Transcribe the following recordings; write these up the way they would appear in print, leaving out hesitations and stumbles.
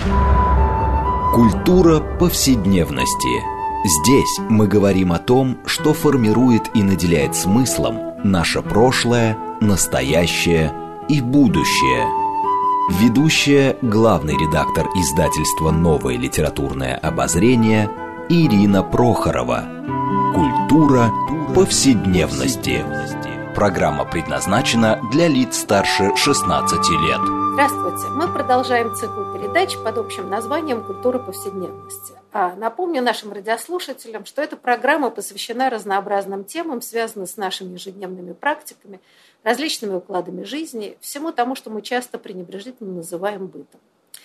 Культура повседневности. Здесь мы говорим о том, что формирует и наделяет смыслом наше прошлое, настоящее и будущее. Ведущая, главный редактор издательства «Новое литературное обозрение» Ирина Прохорова. Культура повседневности. Программа предназначена для лиц старше 16 лет. Здравствуйте! Мы продолжаем цикл передач под общим названием «Культура повседневности». Напомню нашим радиослушателям, что эта программа посвящена разнообразным темам, связанным с нашими ежедневными практиками, различными укладами жизни, всему тому, что мы часто пренебрежительно называем бытом.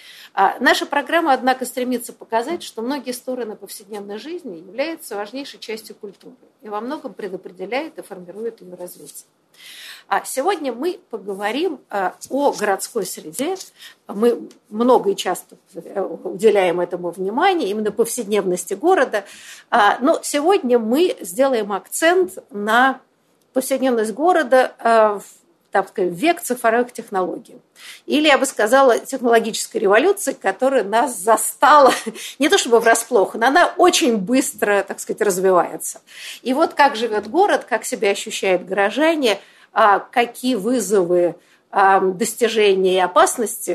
Наша программа, однако, стремится показать, что многие стороны повседневной жизни являются важнейшей частью культуры и во многом предопределяет и формирует ее развитие. Сегодня мы поговорим о городской среде. Мы много и часто уделяем этому внимание, именно повседневности города. Но сегодня мы сделаем акцент на повседневность города так сказать, в век цифровых технологий. Или, я бы сказала, технологической революции, которая нас застала, не то чтобы врасплох, но она очень быстро, так сказать, развивается. И вот как живет город, как себя ощущают горожане, какие вызовы, достижения и опасности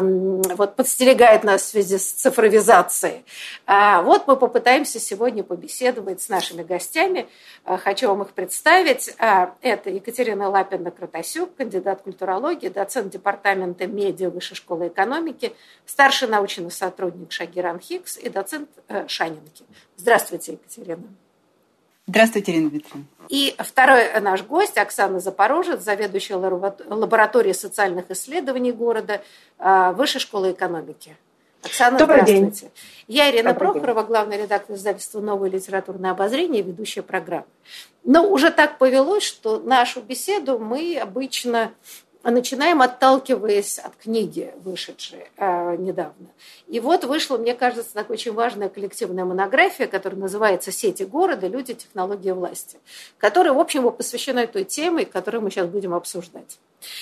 вот, подстерегает нас в связи с цифровизацией. Вот мы попытаемся сегодня побеседовать с нашими гостями. Хочу вам их представить. Это Екатерина Лапина-Кратасюк, кандидат культурологии, доцент департамента медиа Высшей школы экономики, старший научный сотрудник Шагиран Хикс и доцент Шанинки. Здравствуйте, Екатерина. Здравствуйте, Ирина Дмитриевна. И второй наш гость Оксана Запорожец, заведующая лабораторией социальных исследований города Высшей школы экономики. Оксана, Добрый здравствуйте. День. Я Ирина Добрый Прохорова, день. главный редактор издательства «Новое литературное обозрение», ведущая программы. Но уже так повелось, что нашу беседу мы обычно начинаем, отталкиваясь от книги, вышедшей недавно. И вот вышла, мне кажется, такая очень важная коллективная монография, которая называется «Сети города. Люди, технологии, власти», которая, в общем, посвящена той теме, которую мы сейчас будем обсуждать.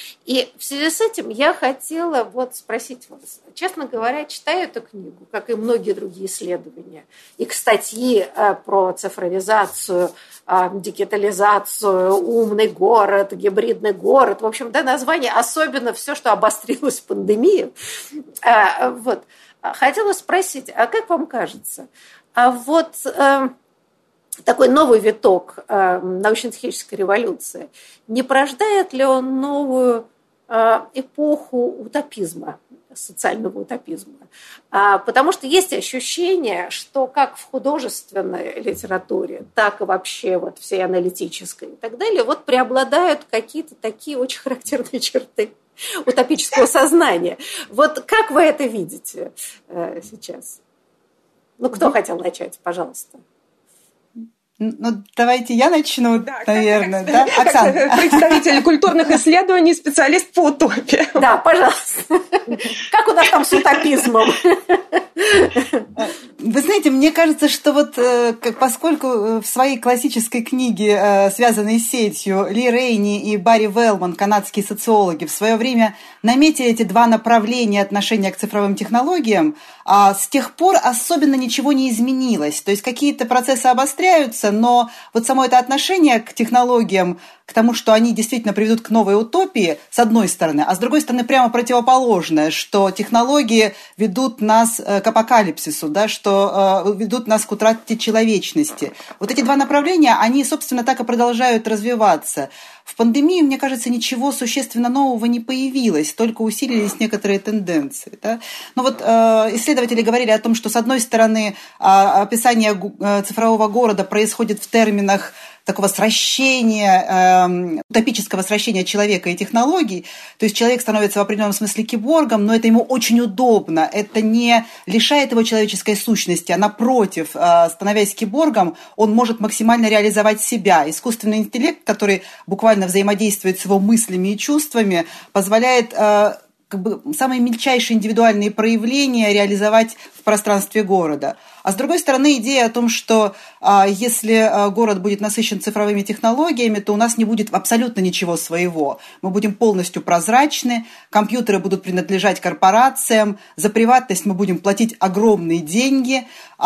И в связи с этим я хотела вот спросить вас. Честно говоря, читаю эту книгу, как и многие другие исследования, и статьи про цифровизацию, дигитализацию, умный город, гибридный город. В общем, да, название, особенно все, что обострилось в пандемии. Вот. Хотела спросить, а как вам кажется, такой новый виток научно-технической революции, не порождает ли он новую эпоху утопизма, социального утопизма? Потому что есть ощущение, что как в художественной литературе, так и вообще вот всей аналитической и так далее, вот преобладают какие-то такие очень характерные черты утопического сознания. Вот как вы это видите сейчас? Ну, кто хотел начать, пожалуйста? Ну, давайте я начну, да, наверное. Да? Оксана. Представитель культурных исследований, специалист по утопии. Да, пожалуйста. Как у нас там с утопизмом? Вы знаете, мне кажется, что вот поскольку в своей классической книге, связанной с сетью, Ли Рейни и Барри Велман, канадские социологи, в свое время наметили эти два направления отношения к цифровым технологиям, с тех пор особенно ничего не изменилось. То есть какие-то процессы обостряются, но вот само это отношение к технологиям, к тому, что они действительно приведут к новой утопии, с одной стороны, а с другой стороны прямо противоположное, что технологии ведут нас к апокалипсису, да, что ведут нас к утрате человечности. Вот эти два направления, они, собственно, так и продолжают развиваться. В пандемии, мне кажется, ничего существенно нового не появилось, только усилились некоторые тенденции. Да? Но вот исследователи говорили о том, что, с одной стороны, описание цифрового города происходит в терминах такого сращения, утопического сращения человека и технологий. То есть человек становится в определенном смысле киборгом, но это ему очень удобно. Это не лишает его человеческой сущности, а напротив, становясь киборгом, он может максимально реализовать себя. Искусственный интеллект, который буквально взаимодействует с его мыслями и чувствами, позволяет как бы самые мельчайшие индивидуальные проявления реализовать в пространстве города. А с другой стороны, идея о том, что если город будет насыщен цифровыми технологиями, то у нас не будет абсолютно ничего своего. Мы будем полностью прозрачны, компьютеры будут принадлежать корпорациям, за приватность мы будем платить огромные деньги,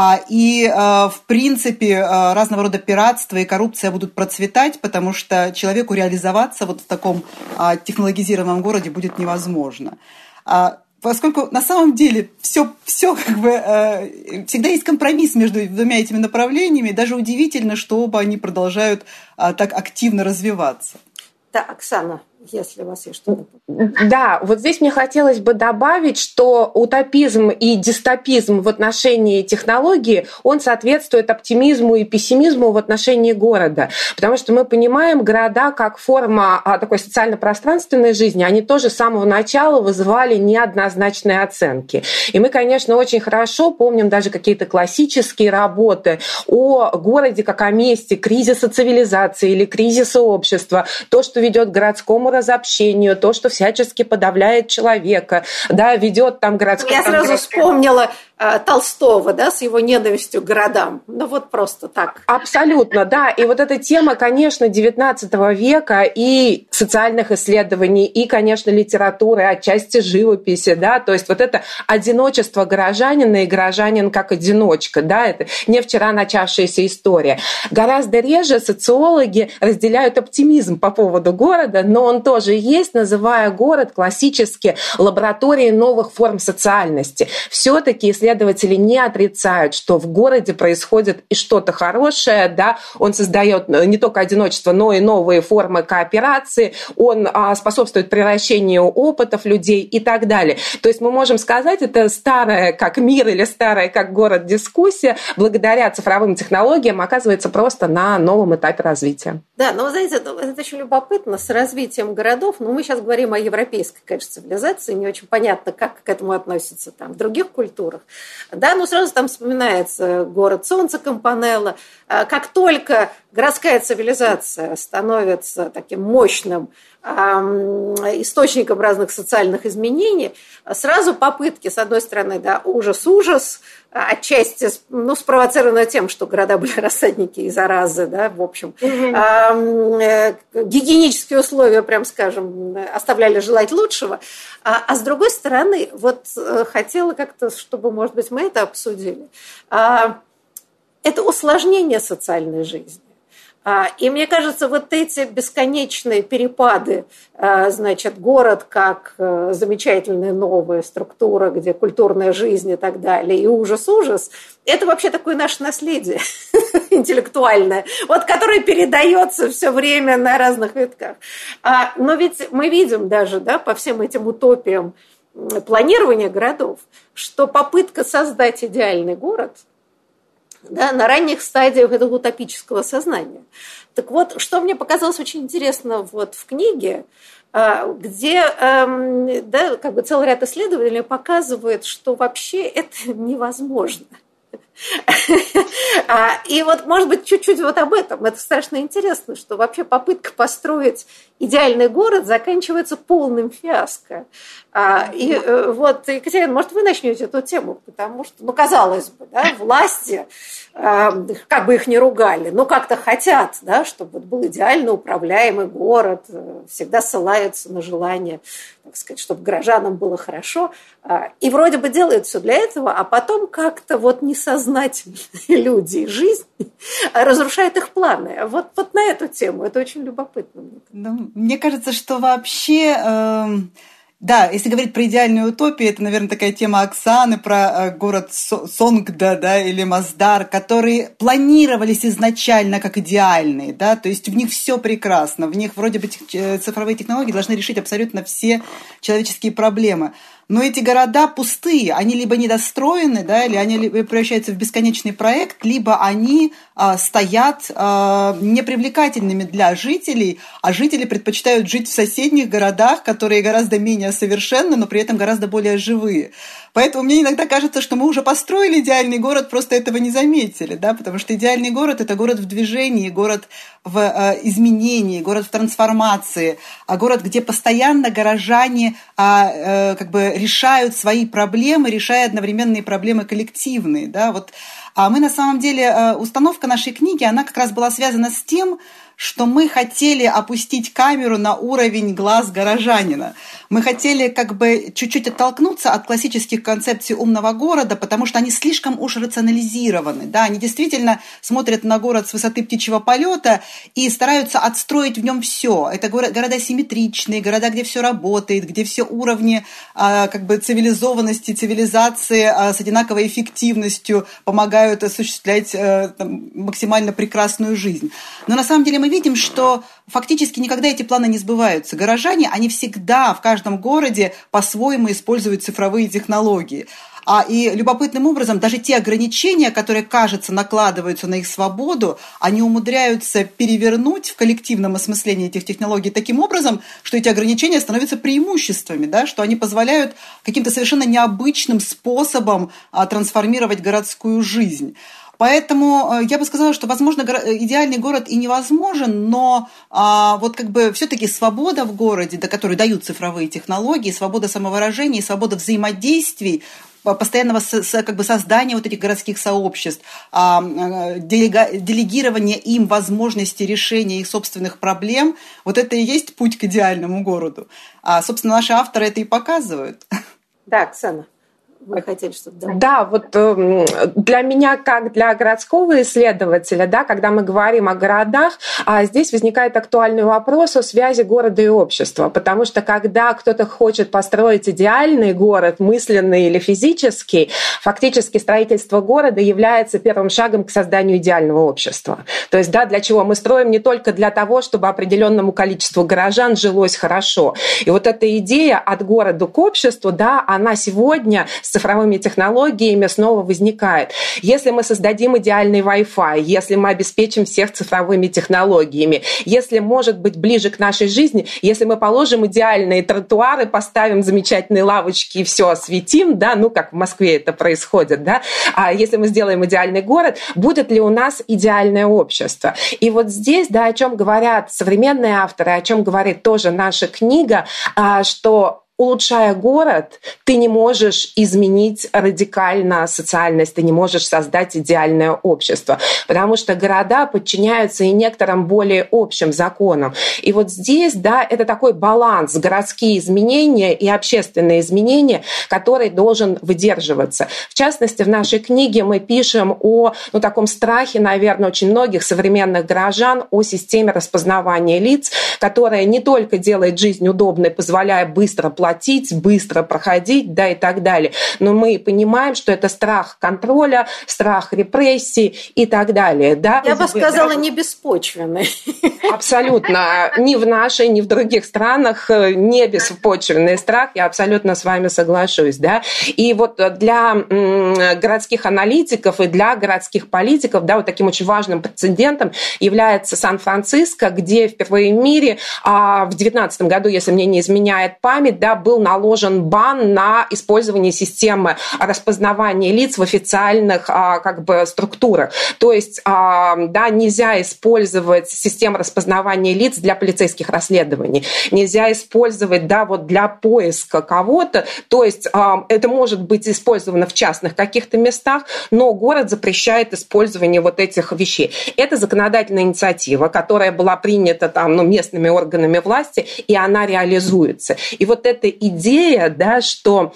и, в принципе, разного рода пиратство и коррупция будут процветать, потому что человеку реализоваться вот в таком технологизированном городе будет невозможно. Поскольку на самом деле все как бы всегда есть компромисс между двумя этими направлениями, даже удивительно, что оба они продолжают так активно развиваться. Да, Оксана, если у вас есть что-то. Да, вот здесь мне хотелось бы добавить, что утопизм и дистопизм в отношении технологии, он соответствует оптимизму и пессимизму в отношении города. Потому что мы понимаем, города как форма такой социально-пространственной жизни, они тоже с самого начала вызывали неоднозначные оценки. И мы, конечно, очень хорошо помним даже какие-то классические работы о городе как о месте кризиса цивилизации или кризиса общества, то, что ведет к городскому разобщению, то, что всячески подавляет человека, да, ведет там городское... Я сразу вспомнила Толстого, да, с его ненавистью к городам. Ну вот просто так. Абсолютно, да. И вот эта тема, конечно, XIX века и социальных исследований, и, конечно, литературы, отчасти живописи, да, то есть вот это одиночество горожанина и горожанин как одиночка, да, это не вчера начавшаяся история. Гораздо реже социологи разделяют оптимизм по поводу города, но он тоже есть, называя город классически лабораторией новых форм социальности. Все-таки исследователи не отрицают, что в городе происходит и что-то хорошее, да, он создает не только одиночество, но и новые формы кооперации, он способствует превращению опытов людей и так далее. То есть мы можем сказать, это старая как мир или старая как город дискуссия благодаря цифровым технологиям оказывается просто на новом этапе развития. Да, но, знаете, это очень любопытно с развитием городов. Но мы сейчас говорим о европейской, конечно, цивилизации, не очень понятно, как к этому относятся там в других культурах. Да, но сразу там вспоминается город Солнца Кампанелла. Как только городская цивилизация становится таким мощным источником разных социальных изменений, сразу попытки, с одной стороны, да, ужас, отчасти спровоцировано тем, что города были рассадники и заразы, да, в общем. Гигиенические условия, прям скажем, оставляли желать лучшего. А с другой стороны, вот хотела как-то, чтобы, может быть, мы это обсудили, это усложнение социальной жизни. И мне кажется, вот эти бесконечные перепады, значит, город как замечательная новая структура, где культурная жизнь и так далее, и ужас, это вообще такое наше наследие интеллектуальное, вот которое передается все время на разных витках. Но ведь мы видим даже, да, по всем этим утопиям планирования городов, что попытка создать идеальный город, да, на ранних стадиях этого утопического сознания. Так вот, что мне показалось очень интересно вот в книге, где да, как бы целый ряд исследователей показывает, что вообще это невозможно. И вот, может быть, чуть-чуть вот об этом. Это страшно интересно, что вообще попытка построить идеальный город заканчивается полным фиаско. И вот, Екатерина, может, вы начнете эту тему, потому что, ну, казалось бы, да, власти, как бы их ни ругали, но как-то хотят, да, чтобы был идеально управляемый город, всегда ссылаются на желание, так сказать, чтобы горожанам было хорошо, и вроде бы делают все для этого, а потом как-то вот несознательно люди и жизнь разрушают их планы. Вот на эту тему, это очень любопытно. Ну, мне кажется, что вообще... Да, если говорить про идеальную утопию, это, наверное, такая тема Оксаны про город Сонгда, да, или Масдар, которые планировались изначально как идеальные, да, то есть в них все прекрасно, в них вроде бы цифровые технологии должны решить абсолютно все человеческие проблемы. но эти города пустые, они либо недостроены, да, или они превращаются в бесконечный проект, либо они стоят непривлекательными для жителей, а жители предпочитают жить в соседних городах, которые гораздо менее совершенны, но при этом гораздо более живые. Поэтому мне иногда кажется, что мы уже построили идеальный город, просто этого не заметили, да, потому что идеальный город – это город в движении, город в изменении, город в трансформации, город, где постоянно горожане как бы решают свои проблемы, решая одновременные проблемы коллективные, да, вот. А мы на самом деле, установка нашей книги, она как раз была связана с тем, что мы хотели опустить камеру на уровень глаз горожанина. Мы хотели как бы чуть-чуть оттолкнуться от классических концепций умного города, потому что они слишком уж рационализированы. Да? Они действительно смотрят на город с высоты птичьего полета и стараются отстроить в нем все. Это города симметричные, города, где все работает, где все уровни как бы цивилизованности, цивилизации с одинаковой эффективностью помогают осуществлять максимально прекрасную жизнь. Но на самом деле мы видим, что фактически никогда эти планы не сбываются. Горожане, они всегда в каждом городе по-своему используют цифровые технологии. И любопытным образом даже те ограничения, которые, кажется, накладываются на их свободу, они умудряются перевернуть в коллективном осмыслении этих технологий таким образом, что эти ограничения становятся преимуществами, да, что они позволяют каким-то совершенно необычным способом трансформировать городскую жизнь. Поэтому я бы сказала, что, возможно, идеальный город и невозможен, но вот как бы все-таки свобода в городе, до которой дают цифровые технологии, свобода самовыражения, свобода взаимодействий, постоянного как бы создания вот этих городских сообществ, делегирования им возможности решения их собственных проблем, вот это и есть путь к идеальному городу. Собственно, наши авторы это и показывают. Да, Оксана. Вы хотели что-то добавить? Да, вот для меня, как для городского исследователя, да, когда мы говорим о городах, здесь возникает актуальный вопрос о связи города и общества, потому что когда кто-то хочет построить идеальный город, мысленный или физический, фактически строительство города является первым шагом к созданию идеального общества. То есть, да, для чего мы строим не только для того, чтобы определенному количеству горожан жилось хорошо. И вот эта идея от города к обществу, да, она сегодня с цифровыми технологиями снова возникает. Если мы создадим идеальный Wi-Fi, если мы обеспечим всех цифровыми технологиями, если, может быть, ближе к нашей жизни, если мы положим идеальные тротуары, поставим замечательные лавочки и все осветим, да, ну, как в Москве это происходит, да, если мы сделаем идеальный город, будет ли у нас идеальное общество? И вот здесь, да, о чем говорят современные авторы, о чем говорит тоже наша книга, что улучшая город, ты не можешь изменить радикально социальность, ты не можешь создать идеальное общество, потому что города подчиняются и некоторым более общим законам. И вот здесь, да, это такой баланс, городские изменения и общественные изменения, который должен выдерживаться. В частности, в нашей книге мы пишем о таком страхе, наверное, очень многих современных горожан о системе распознавания лиц, которая не только делает жизнь удобной, позволяя быстро платить, быстро проходить, да, и так далее. Но мы понимаем, что это страх контроля, страх репрессий и так далее. Да? Я бы сказала, не беспочвенный. Абсолютно. Ни в нашей, ни в других странах не беспочвенный страх. Я абсолютно с вами соглашусь. Да? И вот для городских аналитиков и для городских политиков, да, вот таким очень важным прецедентом является Сан-Франциско, где впервые в мире в 2019 году, если мне не изменяет память, да, был наложен бан на использование системы распознавания лиц в официальных структурах. То есть да, нельзя использовать систему распознавания лиц для полицейских расследований, нельзя использовать, да, вот для поиска кого-то. То есть это может быть использовано в частных каких-то местах, но город запрещает использование вот этих вещей. Это законодательная инициатива, которая была принята местными органами власти, и она реализуется. И вот эта идея, да, что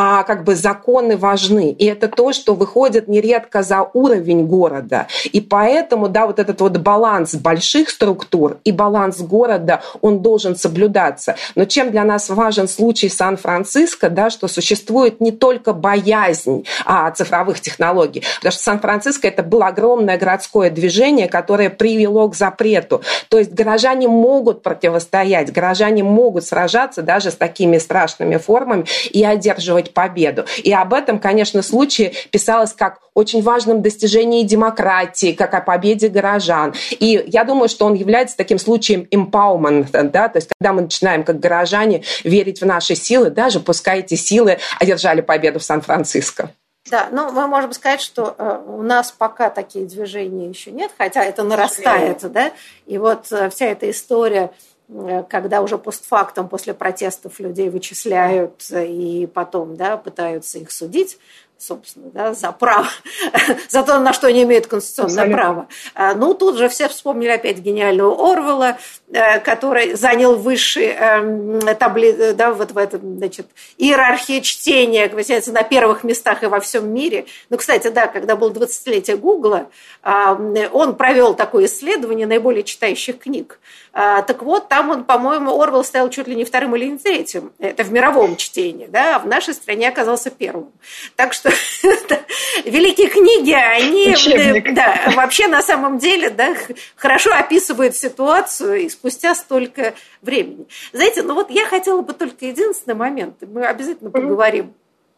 законы важны, и это то, что выходит нередко за уровень города. И поэтому, да, вот этот вот баланс больших структур и баланс города, он должен соблюдаться. Но чем для нас важен случай Сан-Франциско, да, что существует не только боязнь цифровых технологий, потому что Сан-Франциско это было огромное городское движение, которое привело к запрету. То есть горожане могут противостоять, горожане могут сражаться даже с такими бесстрашными формами и одерживать победу. И об этом, конечно, случае писалось как очень важном достижении демократии, как о победе горожан. И я думаю, что он является таким случаем empowerment, да, то есть когда мы начинаем как горожане верить в наши силы, даже пускай эти силы одержали победу в Сан-Франциско. Да, ну мы можем сказать, что у нас пока такие движения еще нет, хотя это нарастает, да, и вот вся эта история, когда уже постфактум, после протестов людей вычисляют и потом, да, пытаются их судить, собственно, да, за право, за то, на что они имеют конституционное право. Ну, тут же все вспомнили опять гениального Орвелла, который занял высшие да, вот в этом, значит, иерархии чтения, на первых местах и во всем мире. Ну, кстати, да, когда было 20-летие Гугла, он провел такое исследование наиболее читающих книг. Так вот, там он, по-моему, Орвелл стоял чуть ли не вторым или не третьим. Это в мировом чтении, да, а в нашей стране оказался первым. Так что великие книги, они да, вообще на самом деле, да, хорошо описывают ситуацию и спустя столько времени. Знаете, ну вот я хотела бы только единственный момент, мы обязательно поговорим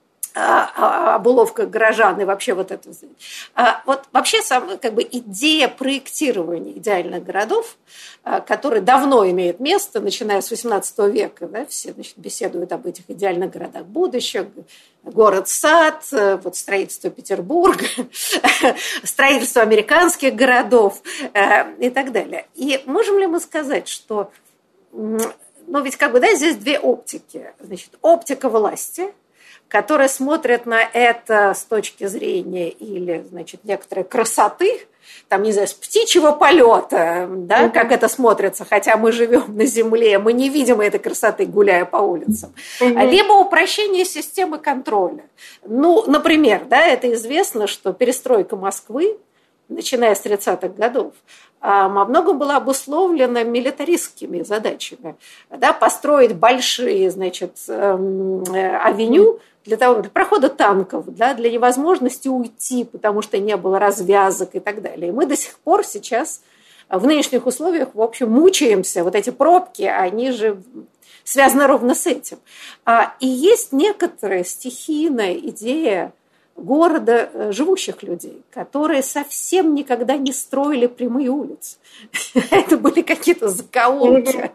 об уловках горожан и вообще вот это. Вот вообще как бы идея проектирования идеальных городов, которая давно имеет место, начиная с XVIII века, да, все, значит, беседуют об этих идеальных городах будущего, город-сад, вот строительство Петербурга, строительство американских городов и так далее. И можем ли мы сказать, что, ну ведь как бы, да, здесь две оптики. Значит, оптика власти, которые смотрят на это с точки зрения или, значит, некоторой красоты, там, не знаю, с птичьего полета, да, как это смотрится, хотя мы живем на земле, мы не видим этой красоты, гуляя по улицам. Либо упрощение системы контроля. Ну, например, да, это известно, что перестройка Москвы, начиная с 30-х годов, во многом была обусловлена милитаристскими задачами. Да, построить большие, значит, авеню для прохода танков, да, для невозможности уйти, потому что не было развязок и так далее. И мы до сих пор сейчас в нынешних условиях, в общем, мучаемся. Вот эти пробки, они же связаны ровно с этим. И есть некоторая стихийная идея города живущих людей, которые совсем никогда не строили прямые улицы. Это были какие-то закоулки.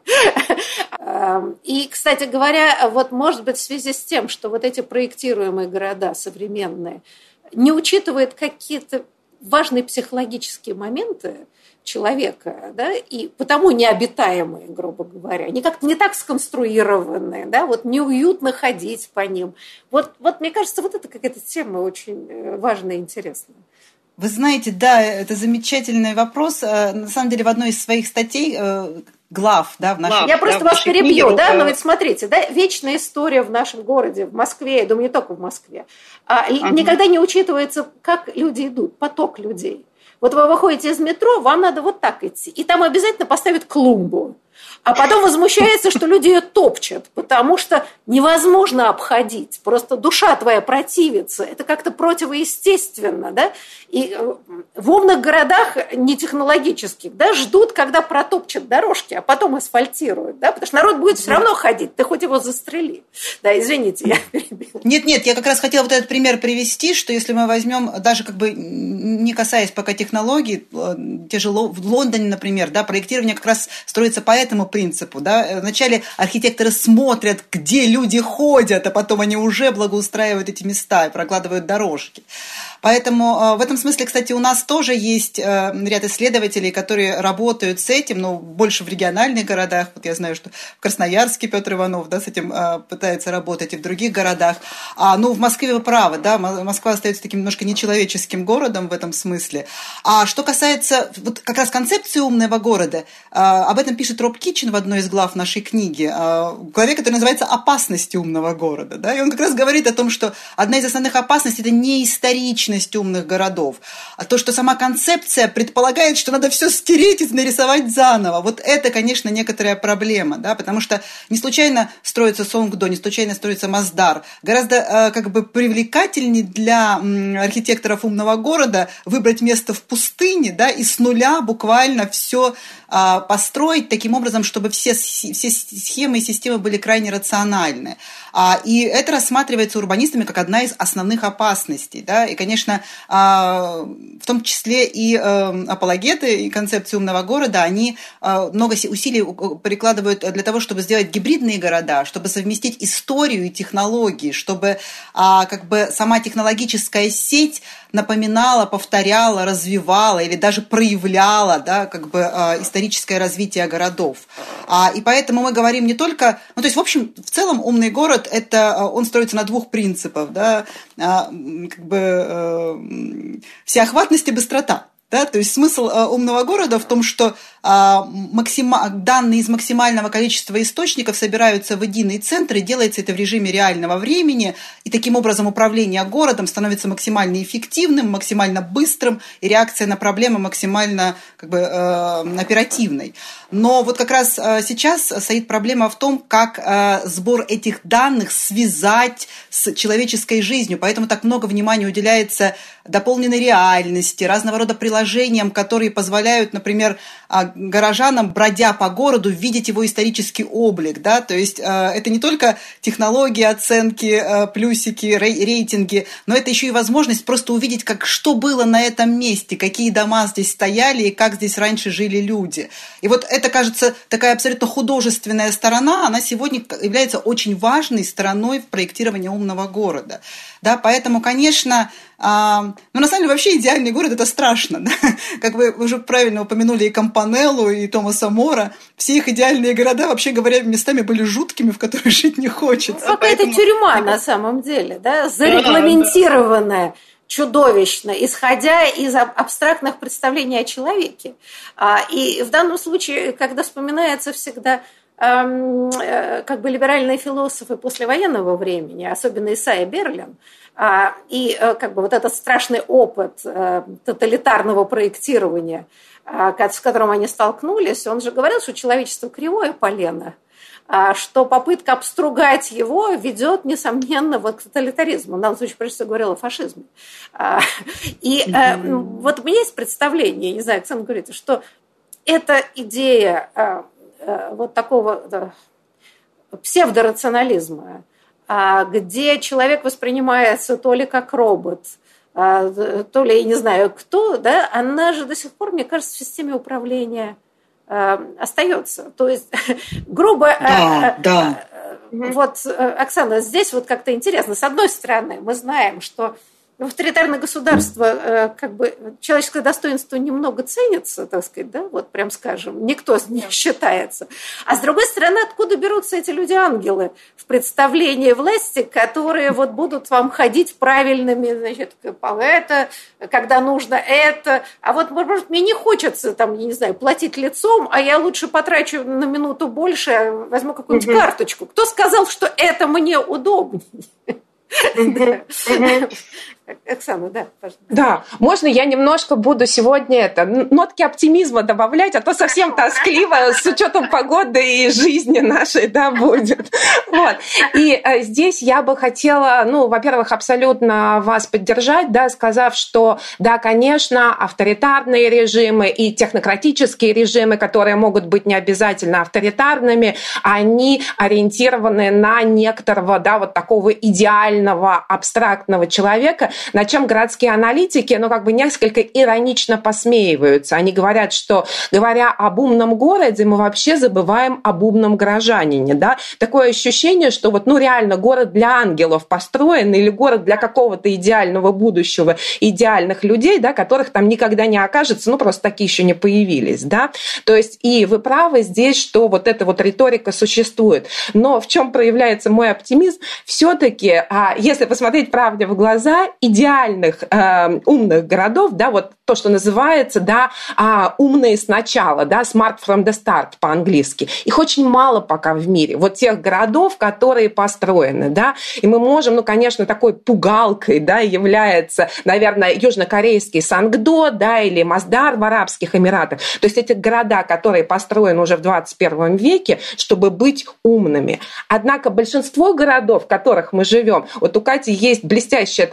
И, кстати говоря, вот, может быть, в связи с тем, что вот эти проектируемые города современные не учитывают какие-то важные психологические моменты человека, да, и потому необитаемые, грубо говоря, они как-то не так сконструированы, да, вот неуютно ходить по ним. Вот мне кажется, вот это какая-то тема очень важная и интересная. Вы знаете, да, это замечательный вопрос. На самом деле, в одной из своих статей глав, да, в нашей... Я просто вас перебью, да, но ведь смотрите, да, вечная история в нашем городе, в Москве, я думаю, не только в Москве, никогда не учитывается, как люди идут, поток людей. Вот вы выходите из метро, вам надо вот так идти, и там обязательно поставят клумбу. А потом возмущается, что люди ее топчут, потому что невозможно обходить. Просто душа твоя противится. Это как-то противоестественно, да? И в умных городах, не технологических, да, ждут, когда протопчут дорожки, а потом асфальтируют, да? Потому что народ будет все равно ходить, ты хоть его застрели. Да, извините, я перебила. Нет, я как раз хотела вот этот пример привести, что если мы возьмем, даже как бы не касаясь пока технологий, те же в Лондоне, например, да, проектирование как раз строится по этому принципу, да. Вначале архитекторы смотрят, где люди ходят, а потом они уже благоустраивают эти места и прокладывают дорожки. Поэтому в этом смысле, кстати, у нас тоже есть ряд исследователей, которые работают с этим, но больше в региональных городах. Вот я знаю, что в Красноярске Петр Иванов, да, с этим пытается работать, и в других городах. Ну, в Москве вы правы, да, Москва остается таким немножко нечеловеческим городом в этом смысле. А что касается вот как раз концепции умного города, об этом пишет Роб Китчен в одной из глав нашей книги, в главе, которая называется «Опасности умного города». Да? И он как раз говорит о том, что одна из основных опасностей – это не историчность умных городов, а то, что сама концепция предполагает, что надо все стереть и нарисовать заново. Вот это, конечно, некоторая проблема, да? Потому что не случайно строится Сонгдо, не случайно строится Масдар. Гораздо как бы привлекательнее для архитекторов умного города выбрать место в пустыне, да, и с нуля буквально все построить таким образом, чтобы все схемы и системы были крайне рациональны. И это рассматривается урбанистами как одна из основных опасностей. Да? И, конечно, в том числе и апологеты и концепции умного города, они много усилий прикладывают для того, чтобы сделать гибридные города, чтобы совместить историю и технологии, чтобы как бы сама технологическая сеть напоминала, повторяла, развивала или даже проявляла, да, как бы историческое развитие городов. И поэтому мы говорим не только... Ну, то есть, в общем, в целом умный город, он строится на двух принципах, да, как бы всеохватность и быстрота. Да, то есть смысл умного города в том, что данные из максимального количества источников собираются в единый центр, и делается это в режиме реального времени, и таким образом управление городом становится максимально эффективным, максимально быстрым, и реакция на проблемы максимально как бы, оперативной. Но вот как раз сейчас стоит проблема в том, как сбор этих данных связать с человеческой жизнью, поэтому так много внимания уделяется дополненной реальности, разного рода приложениям, которые позволяют, например, горожанам, бродя по городу, видеть его исторический облик. Да? То есть это не только технологии, оценки, плюсики, рейтинги, но это еще и возможность просто увидеть, что было на этом месте, какие дома здесь стояли и как здесь раньше жили люди. И вот это, кажется, такая абсолютно художественная сторона, она сегодня является очень важной стороной в проектировании умного города. Да? Поэтому, конечно... на самом деле, вообще идеальный город – это страшно. Да? Как вы уже правильно упомянули и Кампанеллу, и Томаса Мора. Все их идеальные города, вообще говоря, местами были жуткими, в которых жить не хочется. Какая-то тюрьма на самом деле, да? Зарегламентированная, чудовищно, исходя из абстрактных представлений о человеке. И в данном случае, когда вспоминается всегда... как бы либеральные философы послевоенного времени, особенно Исайя Берлин, и как бы вот этот страшный опыт тоталитарного проектирования, с которым они столкнулись, он же говорил, что человечество кривое полено, что попытка обстругать его ведет, несомненно, вот к тоталитаризму. В данном случае, прежде всего, говорил о фашизме. И вот у меня есть представление, не знаю, Оксана, говорите, что эта идея вот такого псевдорационализма, где человек воспринимается то ли как робот, то ли, я не знаю кто, да, она же до сих пор, мне кажется, в системе управления остается. То есть, грубо... Да. Вот, Оксана, здесь вот как-то интересно. С одной стороны, мы знаем, что в авторитарное государство как бы человеческое достоинство немного ценится, так сказать, да, вот прям скажем, никто не считается. А с другой стороны, откуда берутся эти люди-ангелы в представлении власти, которые вот будут вам ходить правильными, значит, это, когда нужно это, а вот, может, мне не хочется, там, я не знаю, платить лицом, а я лучше потрачу на минуту больше, возьму какую-нибудь карточку. Кто сказал, что это мне удобнее? Оксана, да, пожалуйста. Да, можно я немножко буду сегодня нотки оптимизма добавлять, а то совсем тоскливо с учетом погоды и жизни нашей, да, будет. Вот. И здесь я бы хотела, во-первых, абсолютно вас поддержать, да, сказав, что, да, конечно, авторитарные режимы и технократические режимы, которые могут быть не обязательно авторитарными, они ориентированы на некоторого, да, вот такого идеального абстрактного человека, над чем городские аналитики, несколько иронично посмеиваются. Они говорят, что, говоря об умном городе, мы вообще забываем об умном горожанине. Да? Такое ощущение, что реально город для ангелов построен или город для какого-то идеального будущего, идеальных людей, да, которых там никогда не окажется, просто такие еще не появились. Да? То есть и вы правы здесь, что вот эта вот риторика существует. Но в чем проявляется мой оптимизм? Все-таки, если посмотреть правде в глаза, идеальных умных городов, да, вот то, что называется, да, умные сначала, да, smart from the start по-английски. Их очень мало пока в мире. Вот тех городов, которые построены, да, и мы можем, конечно, такой пугалкой, да, является, наверное, южнокорейский Сангдо, да, или Масдар в Арабских Эмиратах. То есть эти города, которые построены уже в 21 веке, чтобы быть умными. Однако большинство городов, в которых мы живем, вот у Кати есть блестящая такая, на мой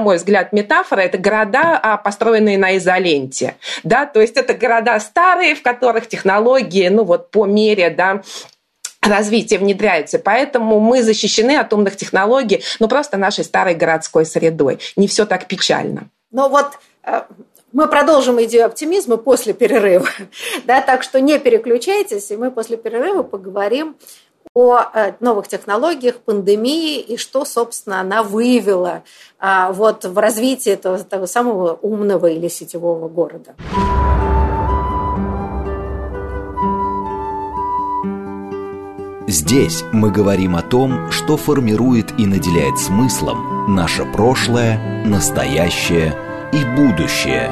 мой взгляд, метафора – это города, построенные на изоленте. Да? То есть это города старые, в которых технологии, по мере, развитие внедряется. Поэтому мы защищены от умных технологий, просто нашей старой городской средой. Не все так печально. Мы продолжим идею оптимизма после перерыва. Так что не переключайтесь, и мы после перерыва поговорим о новых технологиях, пандемии и что, собственно, она выявила в развитии того самого умного или сетевого города. Здесь мы говорим о том, что формирует и наделяет смыслом наше прошлое, настоящее и будущее.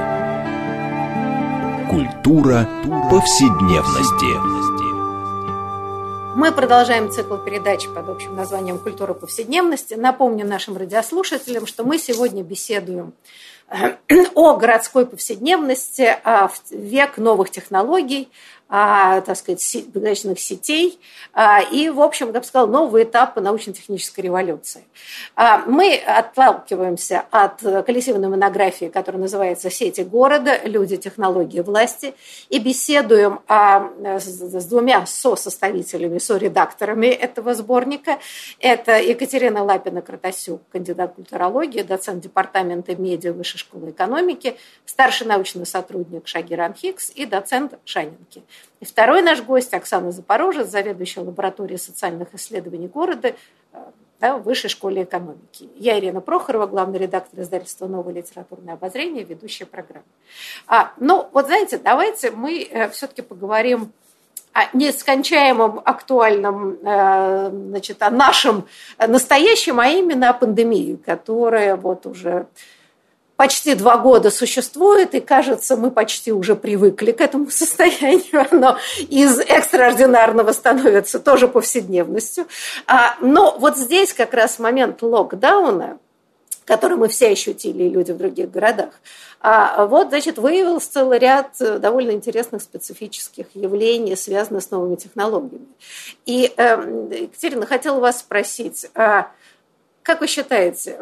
Культура повседневности. Мы продолжаем цикл передач под общим названием «Культура повседневности». Напомню нашим радиослушателям, что мы сегодня беседуем о городской повседневности в век новых технологий, бесконечных сетей и, в общем, я бы сказала, новый этап научно-технической революции. Мы отталкиваемся от коллективной монографии, которая называется «Сети города. Люди, технологии, власти», и беседуем с двумя сосоставителями, соредакторами этого сборника. Это Екатерина Лапина-Кратасюк, кандидат культурологии, доцент департамента медиа Высшей школы экономики, старший научный сотрудник Шагир Анхикс и доцент Шанинки. И второй наш гость Оксана Запорожец, заведующая лабораторией социальных исследований города в Высшей школе экономики. Я Ирина Прохорова, главный редактор издательства «Новое литературное обозрение», ведущая программы. Давайте мы все-таки поговорим о нескончаемом актуальном, о нашем настоящем, а именно о пандемии, которая уже почти 2 года существует, и, кажется, мы почти уже привыкли к этому состоянию. Оно из экстраординарного становится тоже повседневностью. Но здесь как раз момент локдауна, который мы все ощутили, и люди в других городах, выявился целый ряд довольно интересных специфических явлений, связанных с новыми технологиями. И, Екатерина, хотела вас спросить, как вы считаете,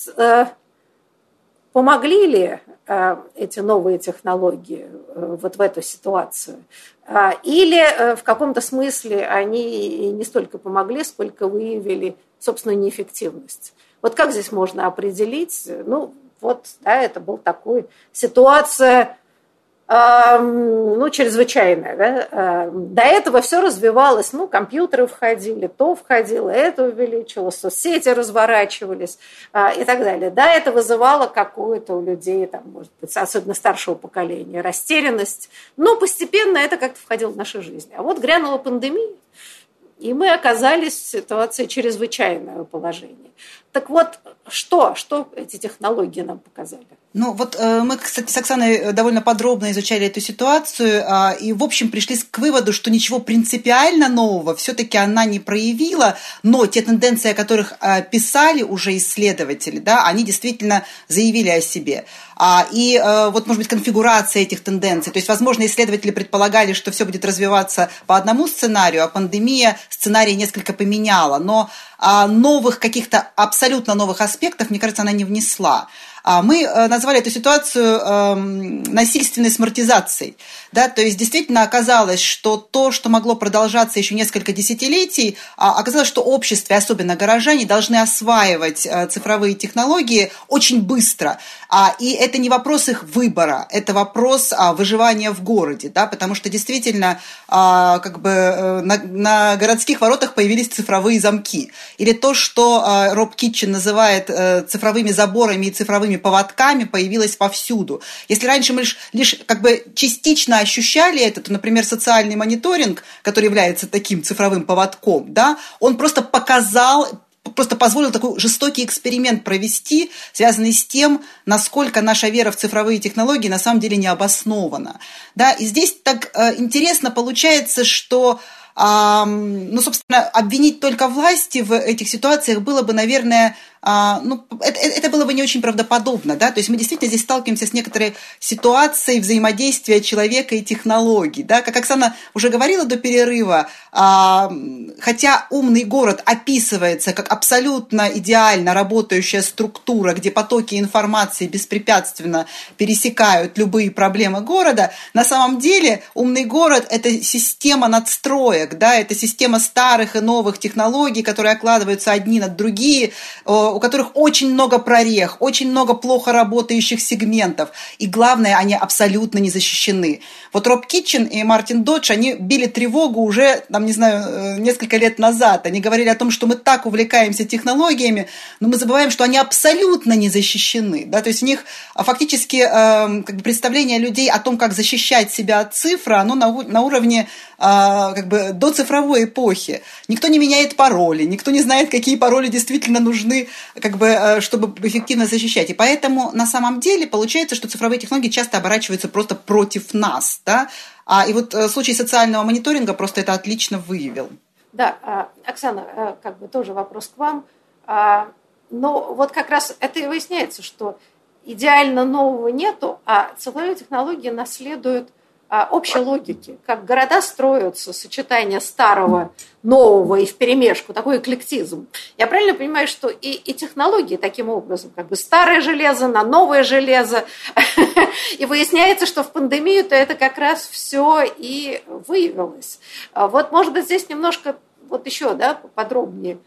помогли ли эти новые технологии в эту ситуацию? Или в каком-то смысле они не столько помогли, сколько выявили собственную неэффективность? Как здесь можно определить? Это была такая ситуация, чрезвычайная. До этого все развивалось, компьютеры входили, то входило, это увеличилось, соцсети разворачивались и так далее. Да, это вызывало какую-то у людей, может быть, особенно старшего поколения, растерянность, но постепенно это как-то входило в нашу жизнь. А грянула пандемия, и мы оказались в ситуации чрезвычайного положения. Так что эти технологии нам показали? Мы, кстати, с Оксаной довольно подробно изучали эту ситуацию и, в общем, пришли к выводу, что ничего принципиально нового все-таки она не проявила, но те тенденции, о которых писали уже исследователи, они действительно заявили о себе. Может быть, конфигурация этих тенденций. То есть, возможно, исследователи предполагали, что все будет развиваться по одному сценарию, а пандемия сценарий несколько поменяла. Но новых каких-то абсолютно новых аспектов, мне кажется, она не внесла. Мы назвали эту ситуацию насильственной смартизацией. То есть действительно оказалось, что то, что могло продолжаться еще несколько десятилетий, оказалось, что общество, особенно горожане, должны осваивать цифровые технологии очень быстро. И это не вопрос их выбора, это вопрос выживания в городе, потому что действительно на городских воротах появились цифровые замки. Или то, что Роб Китчен называет цифровыми заборами и цифровыми поводками, появилось повсюду. Если раньше мы лишь частично ощущали это, то, например, социальный мониторинг, который является таким цифровым поводком, он просто позволил такой жестокий эксперимент провести, связанный с тем, насколько наша вера в цифровые технологии на самом деле не обоснована. И здесь так интересно получается, что собственно, обвинить только власти в этих ситуациях было бы, наверное, это было бы не очень правдоподобно, да, то есть мы действительно здесь сталкиваемся с некоторой ситуацией взаимодействия человека и технологий, да, как Оксана уже говорила до перерыва, хотя умный город описывается как абсолютно идеально работающая структура, где потоки информации беспрепятственно пересекают любые проблемы города, на самом деле умный город – это система надстроек, да, это система старых и новых технологий, которые окладываются одни над другие, у которых очень много прорех, очень много плохо работающих сегментов, и главное, они абсолютно не защищены. Вот Роб Китчен и Мартин Додж, они били тревогу уже, там, не знаю, несколько лет назад. Они говорили о том, что мы так увлекаемся технологиями, но мы забываем, что они абсолютно не защищены. Да? То есть у них фактически представление людей о том, как защищать себя от цифры, оно на уровне доцифровой эпохи. Никто не меняет пароли, никто не знает, какие пароли действительно нужны, чтобы эффективно защищать. И поэтому на самом деле получается, что цифровые технологии часто оборачиваются просто против нас. Да? И вот случай социального мониторинга просто это отлично выявил. Да, Оксана, тоже вопрос к вам. Но вот как раз это и выясняется, что идеально нового нету, а цифровые технологии наследуют общей логики, как города строятся, сочетание старого, нового и вперемешку, такой эклектизм. Я правильно понимаю, что и технологии таким образом, старое железо на новое железо, и выясняется, что в пандемию-то это как раз все и выявилось. Вот, может быть, здесь немножко еще, подробнее.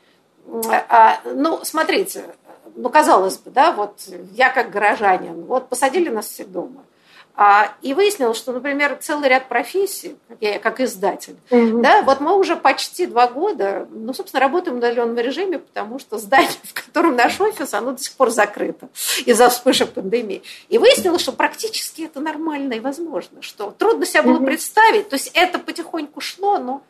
Смотрите, казалось бы, я как горожанин, посадили нас все дома. И выяснилось, что, например, целый ряд профессий, я как издатель, мы уже почти 2 года, собственно, работаем в удаленном режиме, потому что здание, в котором наш офис, оно до сих пор закрыто из-за вспышек пандемии. И выяснилось, что практически это нормально и возможно, что трудно себе было представить, то есть это потихоньку шло, но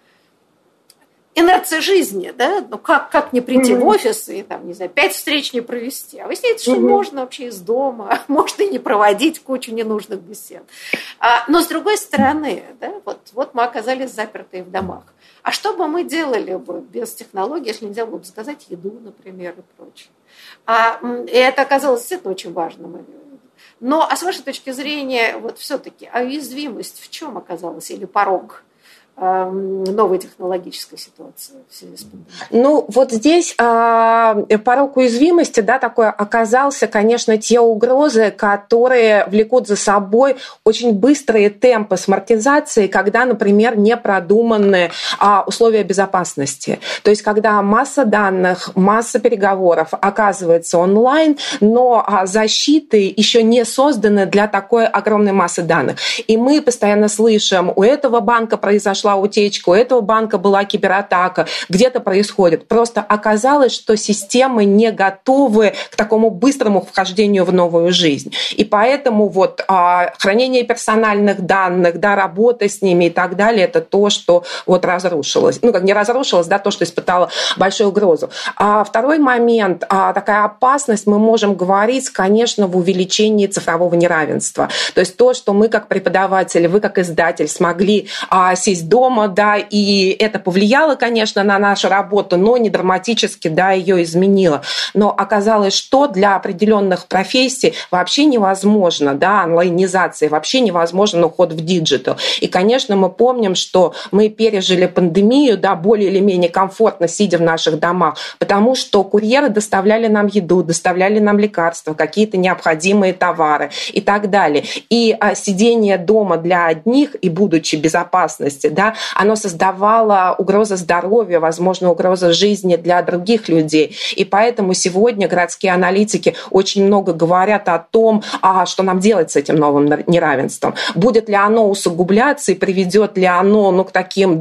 инерция жизни, как не прийти в офис и, 5 встреч не провести. А выясняется, что можно вообще из дома, можно и не проводить кучу ненужных бесед. Но, с другой стороны, мы оказались запертые в домах. А что бы мы делали бы без технологий, если нельзя было бы заказать еду, например, и прочее? И это оказалось действительно очень важным. Но, с вашей точки зрения, все-таки, уязвимость в чем оказалась или порог новой технологической ситуации в связи с пандемией? Здесь порог уязвимости, такой оказался, конечно, те угрозы, которые влекут за собой очень быстрые темпы смартизации, когда, например, не продуманы условия безопасности. То есть, когда масса данных, масса переговоров оказывается онлайн, но защиты еще не созданы для такой огромной массы данных. И мы постоянно слышим, у этого банка произошла утечка, у этого банка была кибератака, где-то происходит. Просто оказалось, что системы не готовы к такому быстрому вхождению в новую жизнь. И поэтому хранение персональных данных, работа с ними и так далее, это то, что разрушилось. Не разрушилось, то, что испытало большую угрозу. Второй момент, такая опасность, мы можем говорить, конечно, в увеличении цифрового неравенства. То есть то, что мы как преподаватели, вы как издатель смогли сесть дома, и это повлияло, конечно, на нашу работу, но не драматически, ее изменило. Но оказалось, что для определенных профессий вообще невозможно, онлайнизация, вообще невозможен уход в диджитал. И, конечно, мы помним, что мы пережили пандемию, более или менее комфортно, сидя в наших домах, потому что курьеры доставляли нам еду, доставляли нам лекарства, какие-то необходимые товары и так далее. И сидение дома для одних и будучи безопасности, оно создавало угрозу здоровью, возможно, угрозу жизни для других людей. И поэтому сегодня городские аналитики очень много говорят о том, что нам делать с этим новым неравенством. Будет ли оно усугубляться и приведет ли оно к таким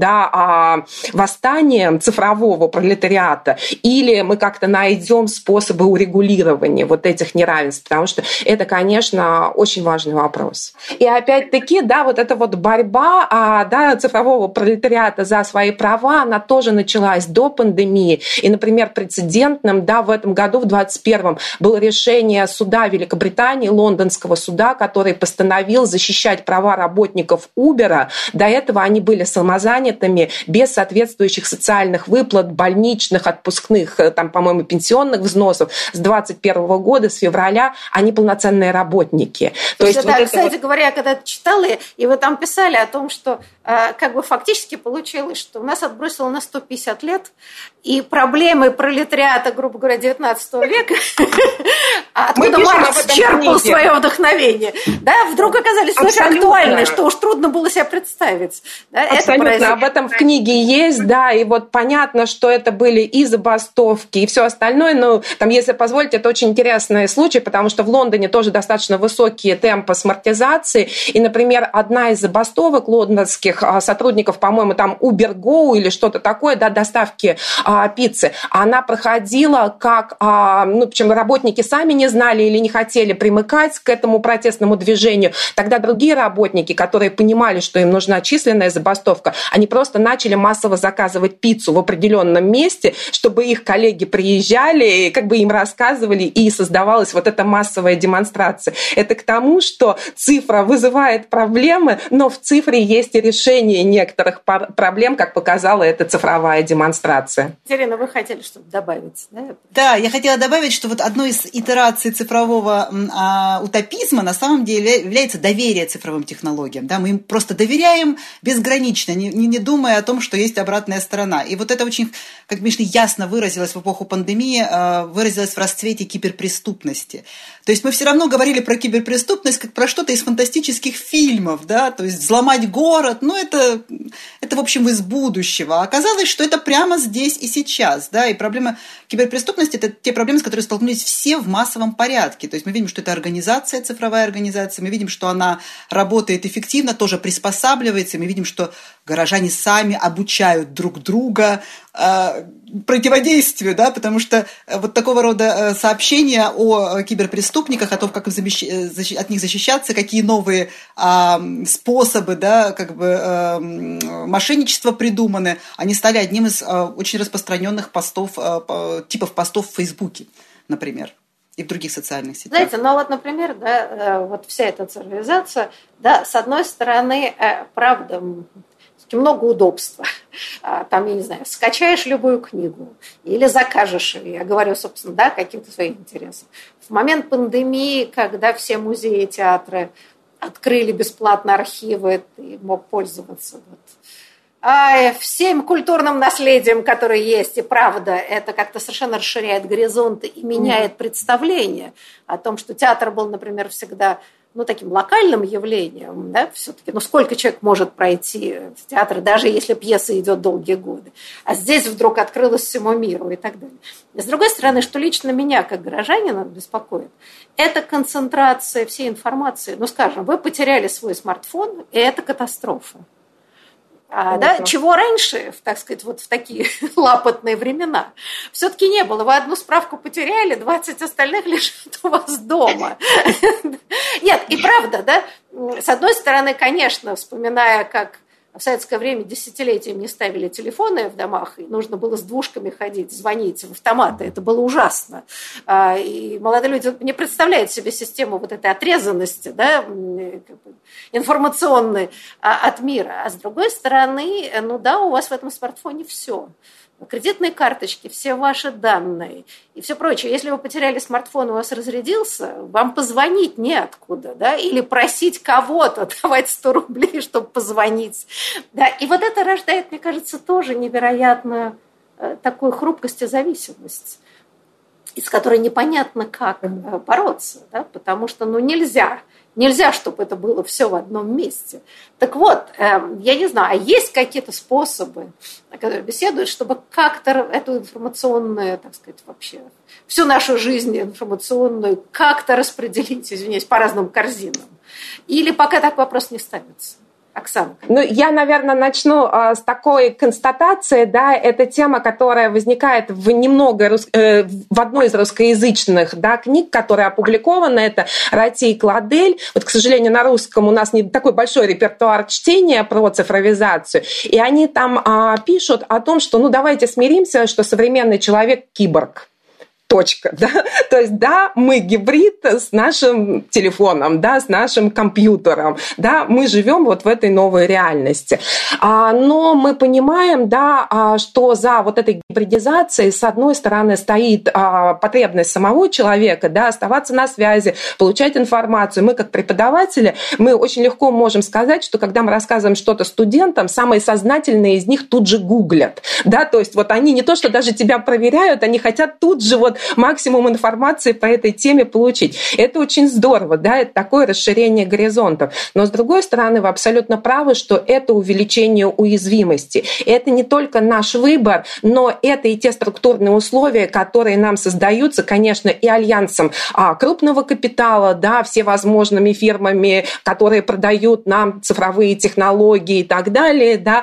восстаниям цифрового пролетариата, или мы как-то найдем способы урегулирования этих неравенств, потому что это, конечно, очень важный вопрос. И опять-таки, эта борьба цифрового цифрового пролетариата за свои права, она тоже началась до пандемии. И, например, прецедентным, да, в этом году, в 2021, было решение суда Великобритании, лондонского суда, который постановил защищать права работников Uber. До этого они были самозанятыми, без соответствующих социальных выплат, больничных, отпускных, там, по-моему, пенсионных взносов. С 2021 года, с февраля, они полноценные работники. То есть, да, кстати говоря, я когда-то читала, и вы там писали о том, что как бы фактически получилось, что нас отбросило на 150 лет, и проблемы пролетариата, грубо говоря, 19 века, откуда Маркс черпал свое вдохновение, да, вдруг оказались столько актуальны, что уж трудно было себе представить. Да, абсолютно, об этом в книге есть, да, и вот понятно, что это были и забастовки, и все остальное, но там, если позволите, это очень интересный случай, потому что в Лондоне тоже достаточно высокие темпы смартизации, и, например, одна из забастовок лондонских сотрудников, по-моему, там Uber Go или что-то такое, да, доставки пиццы, она проходила как, причем работники сами не знали или не хотели примыкать к этому протестному движению, тогда другие работники, которые понимали, что им нужна численная забастовка, они просто начали массово заказывать пиццу в определенном месте, чтобы их коллеги приезжали, как бы им рассказывали, и создавалась вот эта массовая демонстрация. Это к тому, что цифра вызывает проблемы, но в цифре есть и решение некоторых проблем, как показала эта цифровая демонстрация. Ирина, вы хотели что-то добавить, да? Да, я хотела добавить, что вот одной из итераций цифрового утопизма на самом деле является доверие цифровым технологиям. Да? Мы им просто доверяем безгранично, не думая о том, что есть обратная сторона. И вот это очень, как Миша, ясно выразилось в эпоху пандемии, выразилось в расцвете киберпреступности. То есть мы все равно говорили про киберпреступность как про что-то из фантастических фильмов, да, то есть взломать город, это в общем из будущего. А оказалось, что это прямо здесь и сейчас, да, и проблема киберпреступности – это те проблемы, с которыми столкнулись все в массовом порядке. То есть мы видим, что это организация, цифровая организация, мы видим, что она работает эффективно, тоже приспосабливается, мы видим, что горожане сами обучают друг друга противодействию, да, потому что вот такого рода сообщения о киберпреступниках, о том, как от них защищаться, какие новые способы, да, как бы мошенничества придуманы, они стали одним из очень распространенных типов постов в Фейсбуке, например, и в других социальных сетях. Знаете, например, да, вот вся эта цифровизация, да, с одной стороны, правда, много удобства. Там, я не знаю, скачаешь любую книгу или закажешь ее, я говорю, собственно, да, каким-то своим интересам. В момент пандемии, когда все музеи, театры открыли бесплатно архивы, ты мог пользоваться всем культурным наследием, которое есть, и правда, это как-то совершенно расширяет горизонты и меняет представление о том, что театр был, например, всегда таким локальным явлением, да, все-таки, сколько человек может пройти в театр, даже если пьеса идет долгие годы. А здесь вдруг открылось всему миру и так далее. И с другой стороны, что лично меня, как горожанина, беспокоит, это концентрация всей информации. Скажем, вы потеряли свой смартфон, и это катастрофа. Да, чего раньше, так сказать, вот в такие лапотные времена, все-таки не было. Вы одну справку потеряли, 20 остальных лежат у вас дома. Нет, и правда, да, с одной стороны, конечно, вспоминая, как в советское время десятилетиями не ставили телефоны в домах, и нужно было с двушками ходить, звонить в автоматы. Это было ужасно. И молодые люди не представляют себе систему вот этой отрезанности, да, информационной от мира. А с другой стороны, у вас в этом смартфоне все. Кредитные карточки, все ваши данные и все прочее. Если вы потеряли смартфон, у вас разрядился, вам позвонить неоткуда, да, или просить кого-то давать 100 рублей, чтобы позвонить. Да. И вот это рождает, мне кажется, тоже невероятную такую хрупкость и зависимость, с которой непонятно, как бороться, да, потому что нельзя, чтобы это было все в одном месте. Так вот, я не знаю, а есть какие-то способы, которые беседуют, чтобы как-то эту информационную, так сказать, вообще всю нашу жизнь информационную как-то распределить, извиняюсь, по разным корзинам? Или пока так вопрос не ставится? Оксана. Ну, я, наверное, начну с такой констатации, да, это тема, которая возникает в одной из русскоязычных, да, книг, которая опубликована, это «Рати и Кладель». Вот, к сожалению, на русском у нас не такой большой репертуар чтения про цифровизацию, и они там пишут о том, что, ну, давайте смиримся, что современный человек – киборг. Точка, да? То есть, да, мы гибрид с нашим телефоном, да, с нашим компьютером, да, мы живем вот в этой новой реальности. Но мы понимаем, да, что за вот этой гибридизацией, с одной стороны, стоит потребность самого человека, да, оставаться на связи, получать информацию. Мы, как преподаватели, мы очень легко можем сказать, что когда мы рассказываем что-то студентам, самые сознательные из них тут же гуглят, да, то есть вот они не то, что даже тебя проверяют, они хотят тут же вот максимум информации по этой теме получить. Это очень здорово, да, это такое расширение горизонтов. Но, с другой стороны, вы абсолютно правы, что это увеличение уязвимости. Это не только наш выбор, но это и те структурные условия, которые нам создаются, конечно, и альянсом крупного капитала, да, всевозможными фирмами, которые продают нам цифровые технологии и так далее, да,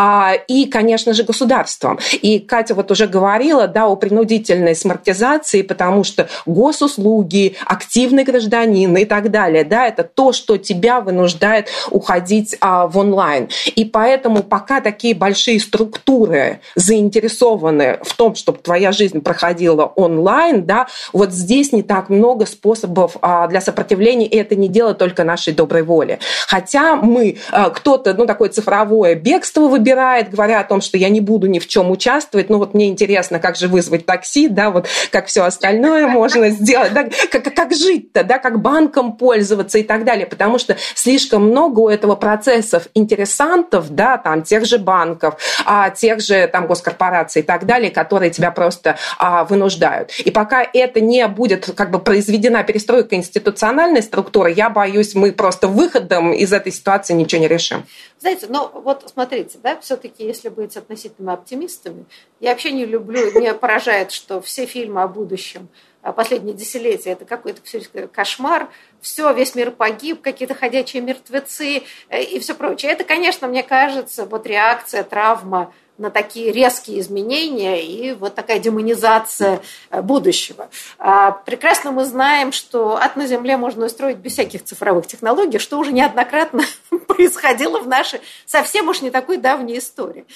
и, конечно же, государством. И Катя вот уже говорила, да, о принудительной смартизации, потому что госуслуги, активный гражданин и так далее, да, это то, что тебя вынуждает уходить в онлайн. И поэтому пока такие большие структуры заинтересованы в том, чтобы твоя жизнь проходила онлайн, да, вот здесь не так много способов для сопротивления, и это не дело только нашей доброй воли. Хотя кто-то, ну, такое цифровое бегство выбирает, говоря о том, что я не буду ни в чем участвовать, ну, вот мне интересно, как же вызвать такси, да, вот как все остальное можно сделать, да, как жить-то, да, как банком пользоваться и так далее, потому что слишком много у этого процессов интересантов, да, там, тех же банков, тех же там госкорпораций и так далее, которые тебя просто вынуждают. И пока это не будет как бы произведена перестройка институциональной структуры, я боюсь, мы просто выходом из этой ситуации ничего не решим. Знаете, ну вот смотрите, да, все-таки, если быть относительно оптимистами, я вообще не люблю, меня поражает, что все фильмы о будущем последние десятилетия это какой-то кошмар, все, весь мир погиб, какие-то ходячие мертвецы и все прочее. Это, конечно, мне кажется, вот реакция, травма на такие резкие изменения и вот такая демонизация будущего. Прекрасно мы знаем, что ад на земле можно устроить без всяких цифровых технологий, что уже неоднократно происходило в нашей совсем уж не такой давней истории.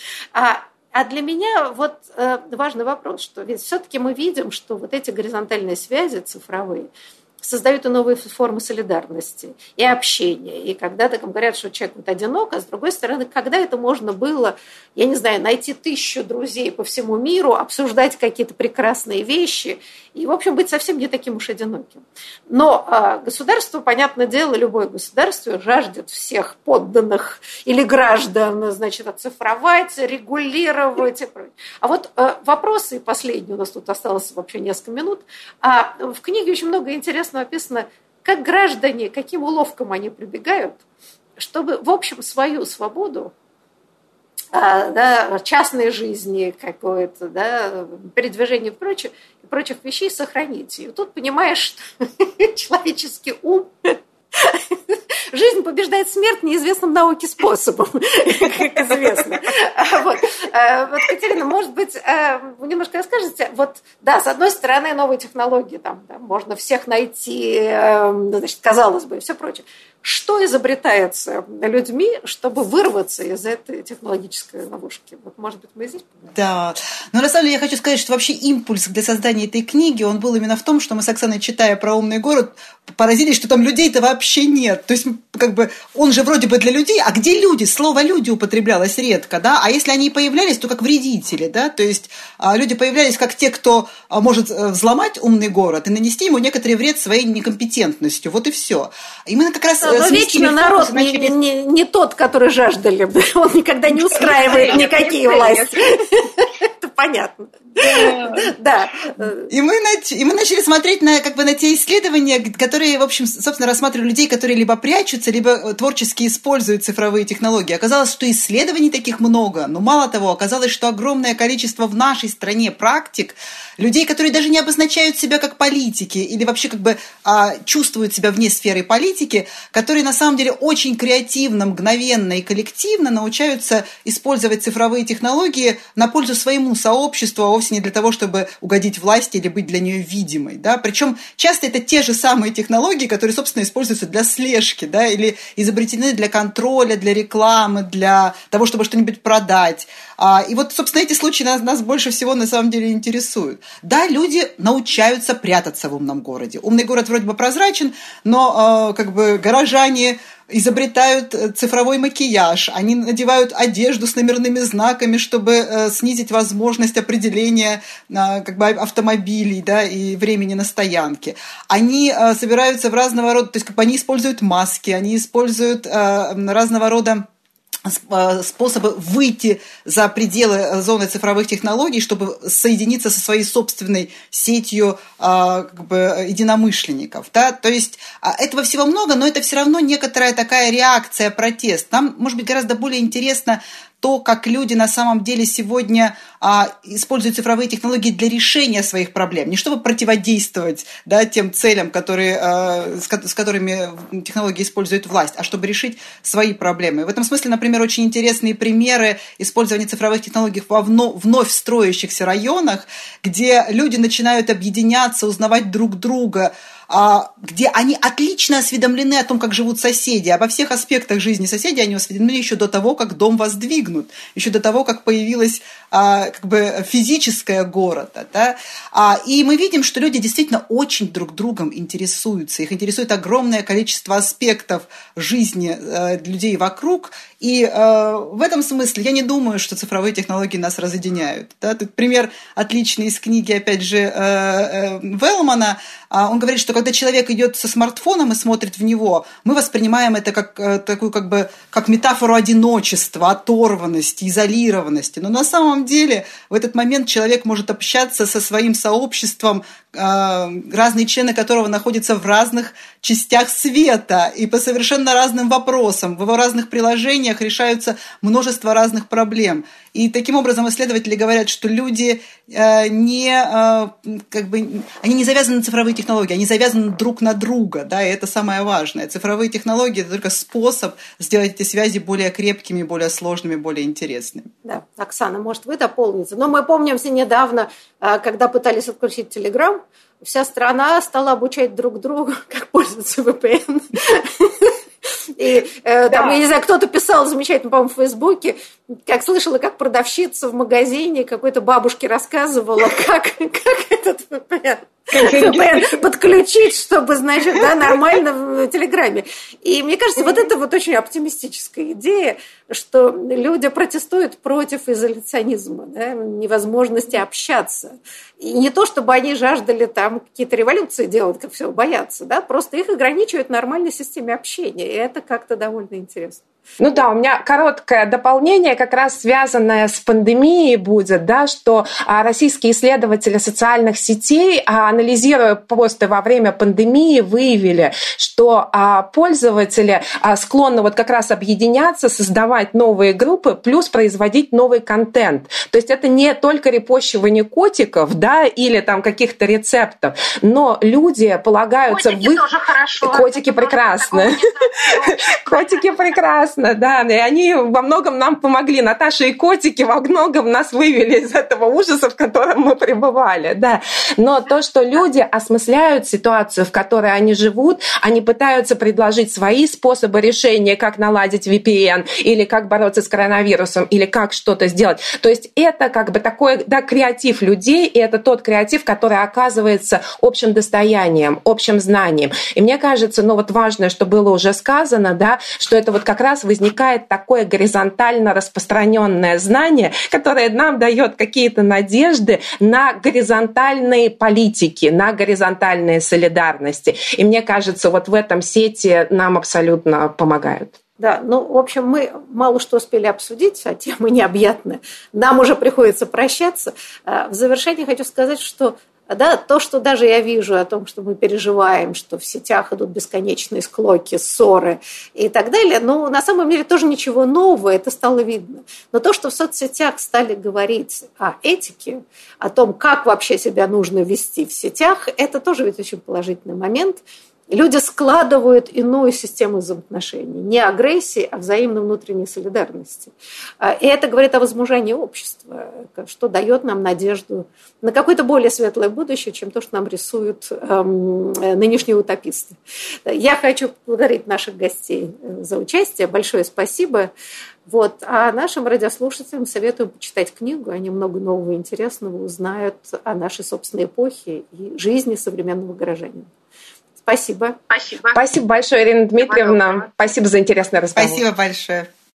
А для меня вот важный вопрос, что ведь все-таки мы видим, что вот эти горизонтальные связи цифровые создают и новые формы солидарности и общения. И когда так говорят, что человек вот одинок, а с другой стороны, когда это можно было, я не знаю, найти 1000 друзей по всему миру, обсуждать какие-то прекрасные вещи и, в общем, быть совсем не таким уж одиноким. Но государство, понятное дело, любое государство жаждет всех подданных или граждан, значит, оцифровать, регулировать и прочее. А вот вопросы последние, у нас тут осталось вообще несколько минут, в книге очень много интересного описано, как граждане, каким уловкам они прибегают, чтобы, в общем, свою свободу, да, частной жизни какой-то, да, передвижения и прочих вещей сохранить. И тут понимаешь, что человеческий ум... Жизнь побеждает смерть неизвестным науке способом, как известно. Вот, Катерина, может быть, вы немножко расскажете, вот, да, с одной стороны, новые технологии, там, да, можно всех найти, значит, казалось бы, и все прочее. Что изобретается людьми, чтобы вырваться из этой технологической ловушки? Вот, может быть, мы здесь поговорим? Да. Но на самом деле я хочу сказать, что вообще импульс для создания этой книги, он был именно в том, что мы с Оксаной, читая про умный город, поразились, что там людей-то вообще нет. То есть, как бы, он же вроде бы для людей, а где люди? Слово «люди» употреблялось редко, да? А если они и появлялись, то как вредители, да? То есть, люди появлялись как те, кто может взломать умный город и нанести ему некоторый вред своей некомпетентностью. Вот и все. Именно как раз... Но вечно народ не тот, который жаждали бы. Он никогда не устраивает никакие власти. Это Понятно. Да. И мы начали смотреть на те исследования, которые, в общем, собственно, рассматривали людей, которые либо прячутся, либо творчески используют цифровые технологии. Оказалось, что исследований таких много, но мало того, оказалось, что огромное количество в нашей стране практик, людей, которые даже не обозначают себя как политики или вообще чувствуют себя вне сферы политики, которые на самом деле очень креативно, мгновенно и коллективно научаются использовать цифровые технологии на пользу своему сообществу, а вовсе не для того, чтобы угодить власти или быть для нее видимой. Да? Причем часто это те же самые технологии, которые, собственно, используются для слежки, да, или изобретены для контроля, для рекламы, для того, чтобы что-нибудь продать. И вот, собственно, эти случаи нас больше всего на самом деле интересуют. Да, люди научаются прятаться в умном городе. Умный город вроде бы прозрачен, но горожане изобретают цифровой макияж, они надевают одежду с номерными знаками, чтобы снизить возможность определения автомобилей, да, и времени на стоянке. Они собираются в разного рода, то есть они используют маски, они используют разного рода способы выйти за пределы зоны цифровых технологий, чтобы соединиться со своей собственной сетью единомышленников. Да? То есть этого всего много, но это все равно некоторая такая реакция, протест. Нам, может быть, гораздо более интересно то, как люди на самом деле сегодня используют цифровые технологии для решения своих проблем. Не чтобы противодействовать, да, тем целям, с которыми технологии использует власть, а чтобы решить свои проблемы. В этом смысле, например, очень интересные примеры использования цифровых технологий во вновь строящихся районах, где люди начинают объединяться, узнавать друг друга, где они отлично осведомлены о том, как живут соседи, обо всех аспектах жизни соседей они осведомлены еще до того, как дом воздвигнут, еще до того, как появилась физическая города. Да? И мы видим, что люди действительно очень друг другом интересуются, их интересует огромное количество аспектов жизни людей вокруг, и в этом смысле я не думаю, что цифровые технологии нас разъединяют. Да? Тут пример отличный из книги, опять же, Веллмана. Он говорит, что когда человек идет со смартфоном и смотрит в него, мы воспринимаем это как метафору одиночества, оторванности, изолированности. Но на самом деле в этот момент человек может общаться со своим сообществом, разные члены которого находятся в разных частях света и по совершенно разным вопросам. В его разных приложениях решаются множество разных проблем. И таким образом исследователи говорят, что люди они не завязаны на цифровые технологии, они завязаны друг на друга, да, и это самое важное. Цифровые технологии – это только способ сделать эти связи более крепкими, более сложными, более интересными. Да, Оксана, может, вы дополните? Но мы помним все недавно, когда пытались отключить Telegram, вся страна стала обучать друг друга, как пользоваться VPN. И там, я не знаю, кто-то писал замечательно, по-моему, в Фейсбуке, как слышала, как продавщица в магазине какой-то бабушке рассказывала, как этот VPN подключить, чтобы, значит, да, нормально в Телеграме. И мне кажется, вот это вот очень оптимистическая идея, что люди протестуют против изоляционизма, да, невозможности общаться. И не то, чтобы они жаждали там какие-то революции делать, как все боятся, да, просто их ограничивают в нормальной системе общения, и это как-то довольно интересно. Ну да, у меня короткое дополнение, как раз связанное с пандемией будет, да, что российские исследователи социальных сетей, анализируя посты во время пандемии, выявили, что пользователи склонны вот как раз объединяться, создавать новые группы, плюс производить новый контент. То есть это не только репощивание котиков, да, или там каких-то рецептов, но люди полагаются... Котики тоже хорошо. Котики прекрасны. Котики прекрасны. Да, и они во многом нам помогли. Наташа и котики во многом нас вывели из этого ужаса, в котором мы пребывали. Да. Но то, что люди осмысляют ситуацию, в которой они живут, они пытаются предложить свои способы решения, как наладить VPN, или как бороться с коронавирусом, или как что-то сделать. То есть это как бы такой, да, креатив людей, и это тот креатив, который оказывается общим достоянием, общим знанием. И мне кажется, ну вот важное, что было уже сказано, да, что это вот как раз возникает такое горизонтально распространенное знание, которое нам дает какие-то надежды на горизонтальные политики, на горизонтальные солидарности. И мне кажется, вот в этом сети нам абсолютно помогают. Да, ну, в общем, мы мало что успели обсудить, а тема необъятная. Нам уже приходится прощаться. В завершение хочу сказать, что да, то, что даже я вижу о том, что мы переживаем, что в сетях идут бесконечные склоки, ссоры и так далее, ну, на самом деле тоже ничего нового, это стало видно. Но то, что в соцсетях стали говорить о этике, о том, как вообще себя нужно вести в сетях, это тоже ведь очень положительный момент. Люди складывают иную систему взаимоотношений. Не агрессии, а взаимной внутренней солидарности. И это говорит о возмужании общества, что дает нам надежду на какое-то более светлое будущее, чем то, что нам рисуют нынешние утописты. Я хочу поблагодарить наших гостей за участие. Большое спасибо. Вот. А нашим радиослушателям советую почитать книгу. Они много нового и интересного узнают о нашей собственной эпохе и жизни современного горожанина. Спасибо. Спасибо большое, Ирина Дмитриевна. Спасибо за интересный разговор. Спасибо большое.